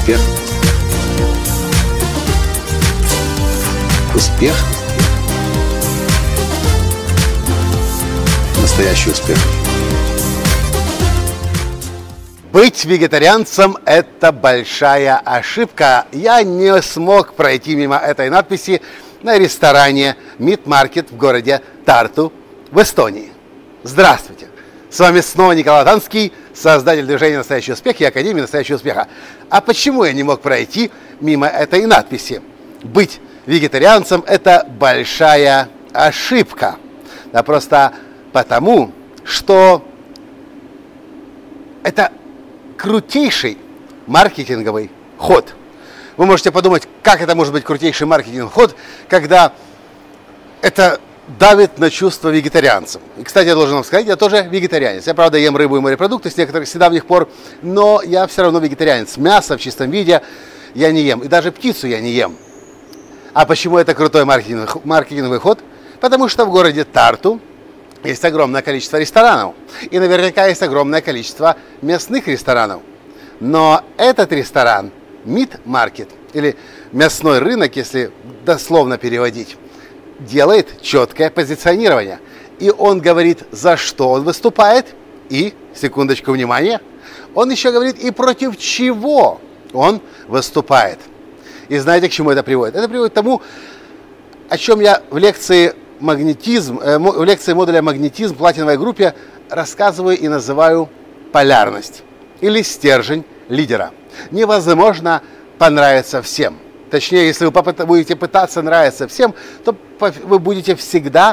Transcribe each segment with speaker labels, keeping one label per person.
Speaker 1: Успех. Успех. Настоящий успех.
Speaker 2: Быть вегетарианцем – это большая ошибка. Я не смог пройти мимо этой надписи на ресторане Meat Market в городе Тарту в Эстонии. Здравствуйте! С вами снова Николай Танский, создатель движения «Настоящий успех» и Академии «Настоящего успеха». А почему я не мог пройти мимо этой надписи? Быть вегетарианцем – это большая ошибка. Да просто потому, что это крутейший маркетинговый ход. Вы можете подумать, как это может быть крутейший маркетинговый ход, когда это давит на чувства вегетарианцам. И, кстати, я должен вам сказать, я тоже вегетарианец. Я, правда, ем рыбу и морепродукты с недавних пор, но я все равно вегетарианец. Мясо в чистом виде я не ем. И даже птицу я не ем. А почему это крутой маркетинговый ход? Потому что в городе Тарту есть огромное количество ресторанов. И наверняка есть огромное количество мясных ресторанов. Но этот ресторан, Meat Market, или мясной рынок, если дословно переводить, делает четкое позиционирование. И он говорит, за что он выступает. И, секундочку внимания, он еще говорит и против чего он выступает. И знаете, к чему это приводит? Это приводит к тому, о чем я в лекции модуля «Магнетизм» в платиновой группе рассказываю и называю полярность или стержень лидера. Невозможно понравиться всем. Точнее, если вы будете пытаться нравиться всем, то вы будете всегда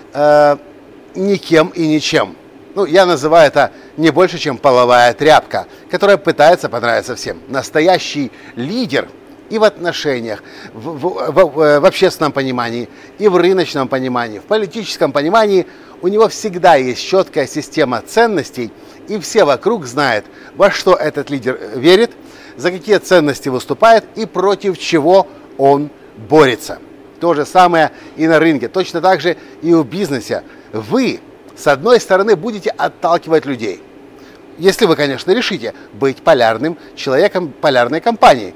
Speaker 2: никем и ничем. Я называю это не больше, чем половая тряпка, которая пытается понравиться всем. Настоящий лидер и в отношениях, в общественном понимании, и в рыночном понимании, в политическом понимании, у него всегда есть четкая система ценностей, и все вокруг знают, во что этот лидер верит, за какие ценности выступает и против чего он борется. То же самое и на рынке, точно так же и в бизнесе. Вы, с одной стороны, будете отталкивать людей. Если вы, конечно, решите быть полярным человеком, полярной компанией.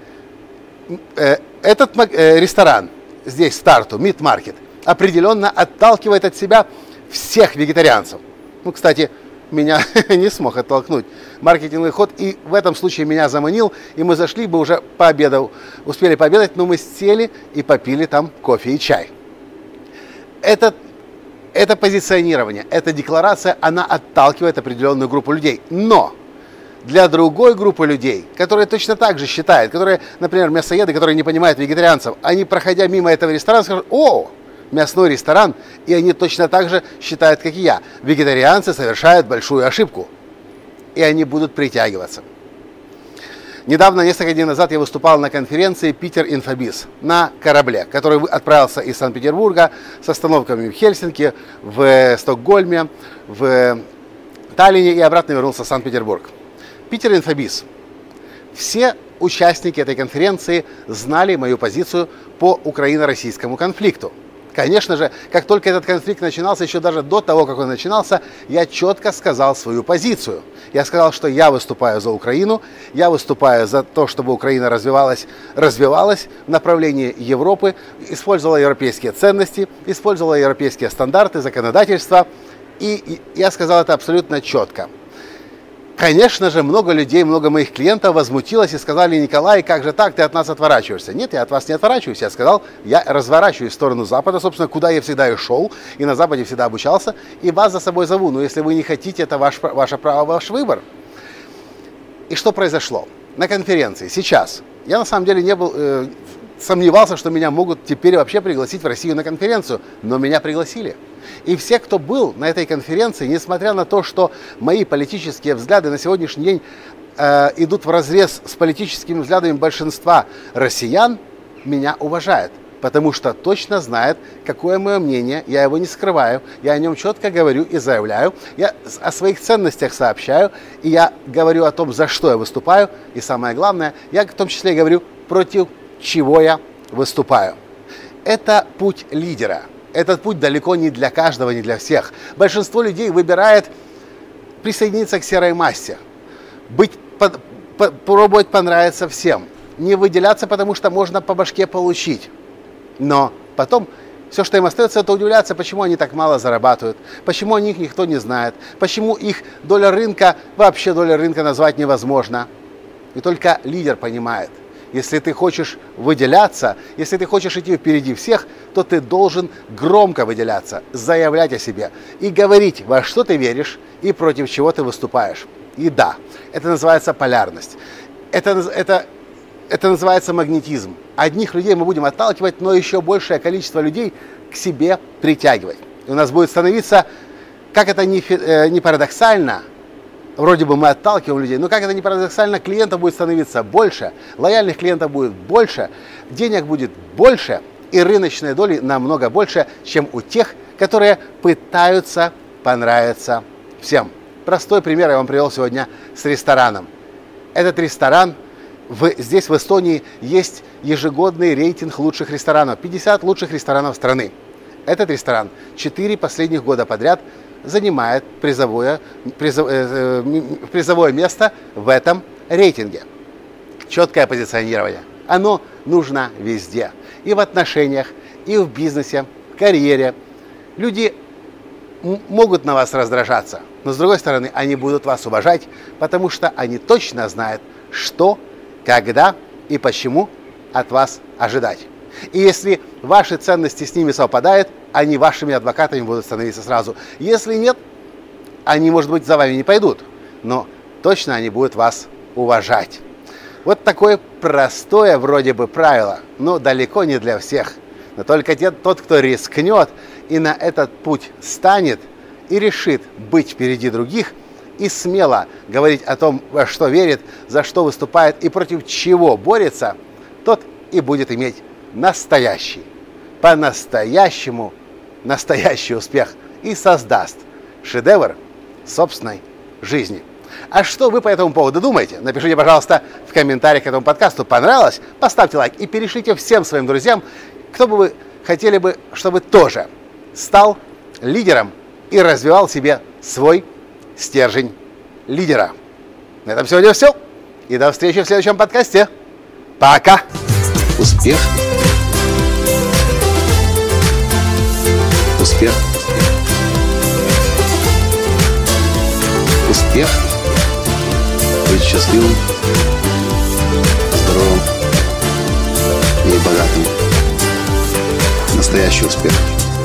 Speaker 2: Этот ресторан здесь, в Тарту, Meat Market, определенно отталкивает от себя всех вегетарианцев. Кстати, меня не смог оттолкнуть маркетинговый ход, и в этом случае меня заманил, и мы зашли бы уже успели пообедать, но мы сели и попили там кофе и чай. Это позиционирование, эта декларация, она отталкивает определенную группу людей. Но для другой группы людей, которые точно так же считают, которые, например, мясоеды, которые не понимают вегетарианцев, они, проходя мимо этого ресторана, скажут: «О, мясной ресторан», и они точно так же считают, как и я. Вегетарианцы совершают большую ошибку, и они будут притягиваться. Недавно, несколько дней назад, я выступал на конференции «Питер Инфобиз» на корабле, который отправился из Санкт-Петербурга с остановками в Хельсинки, в Стокгольме, в Таллине и обратно вернулся в Санкт-Петербург. «Питер Инфобиз». Все участники этой конференции знали мою позицию по украино-российскому конфликту. Конечно же, как только этот конфликт начинался, еще даже до того, как он начинался, я четко сказал свою позицию. Я сказал, что я выступаю за Украину, я выступаю за то, чтобы Украина развивалась в направлении Европы, использовала европейские ценности, использовала европейские стандарты, законодательство. И я сказал это абсолютно четко. Конечно же, много людей, много моих клиентов возмутилось и сказали: «Николай, как же так, ты от нас отворачиваешься?» Нет, я от вас не отворачиваюсь. Я сказал, я разворачиваюсь в сторону Запада, собственно, куда я всегда и шел, и на Западе всегда обучался, и вас за собой зову. Но если вы не хотите, это ваше право, ваш выбор. И что произошло? На конференции, сейчас, я на самом деле сомневался, что меня могут теперь вообще пригласить в Россию на конференцию, но меня пригласили. И все, кто был на этой конференции, несмотря на то, что мои политические взгляды на сегодняшний день идут вразрез с политическими взглядами большинства россиян, меня уважают. Потому что точно знают, какое мое мнение, я его не скрываю, я о нем четко говорю и заявляю, я о своих ценностях сообщаю, и я говорю о том, за что я выступаю, и самое главное, я в том числе говорю, против чего я выступаю. Это путь лидера. Этот путь далеко не для каждого, не для всех. Большинство людей выбирает присоединиться к серой массе, пробовать понравиться всем. не выделяться, потому что можно по башке получить. Но потом все, что им остается, это удивляться, почему они так мало зарабатывают, почему о них никто не знает, почему их доля рынка, вообще доля рынка назвать невозможно. И только лидер понимает, если ты хочешь выделяться, если ты хочешь идти впереди всех, то ты должен громко выделяться, заявлять о себе и говорить, во что ты веришь и против чего ты выступаешь. И да, это называется полярность. Это называется магнетизм. Одних людей мы будем отталкивать, но еще большее количество людей к себе притягивать. И у нас будет становиться, как это не парадоксально, вроде бы мы отталкиваем людей, но как это не парадоксально, клиентов будет становиться больше, лояльных клиентов будет больше, денег будет больше, и рыночной доли намного больше, чем у тех, которые пытаются понравиться всем. Простой пример я вам привел сегодня с рестораном. Этот ресторан, здесь в Эстонии есть ежегодный рейтинг лучших ресторанов, 50 лучших ресторанов страны. Этот ресторан 4 последних года подряд занимает призовое место в этом рейтинге. Четкое позиционирование. Оно нужно везде. И в отношениях, и в бизнесе, в карьере. Люди могут на вас раздражаться, но с другой стороны, они будут вас уважать, потому что они точно знают, что, когда и почему от вас ожидать. И если ваши ценности с ними совпадают, они вашими адвокатами будут становиться сразу. Если нет, они, может быть, за вами не пойдут, но точно они будут вас уважать. Вот такое простое вроде бы правило, но далеко не для всех. Но только тот, кто рискнет и на этот путь станет и решит быть впереди других и смело говорить о том, во что верит, за что выступает и против чего борется, тот и будет иметь настоящий, по-настоящему настоящий успех и создаст шедевр собственной жизни. А что вы по этому поводу думаете? Напишите, пожалуйста, в комментариях к этому подкасту. Понравилось? Поставьте лайк и перешлите всем своим друзьям, кто бы вы хотели бы, чтобы тоже стал лидером и развивал в себе свой стержень лидера. На этом сегодня все. И до встречи в следующем подкасте. Пока!
Speaker 1: Успех. Успех. Успех. Быть счастливым, здоровым и богатым. Настоящий успех.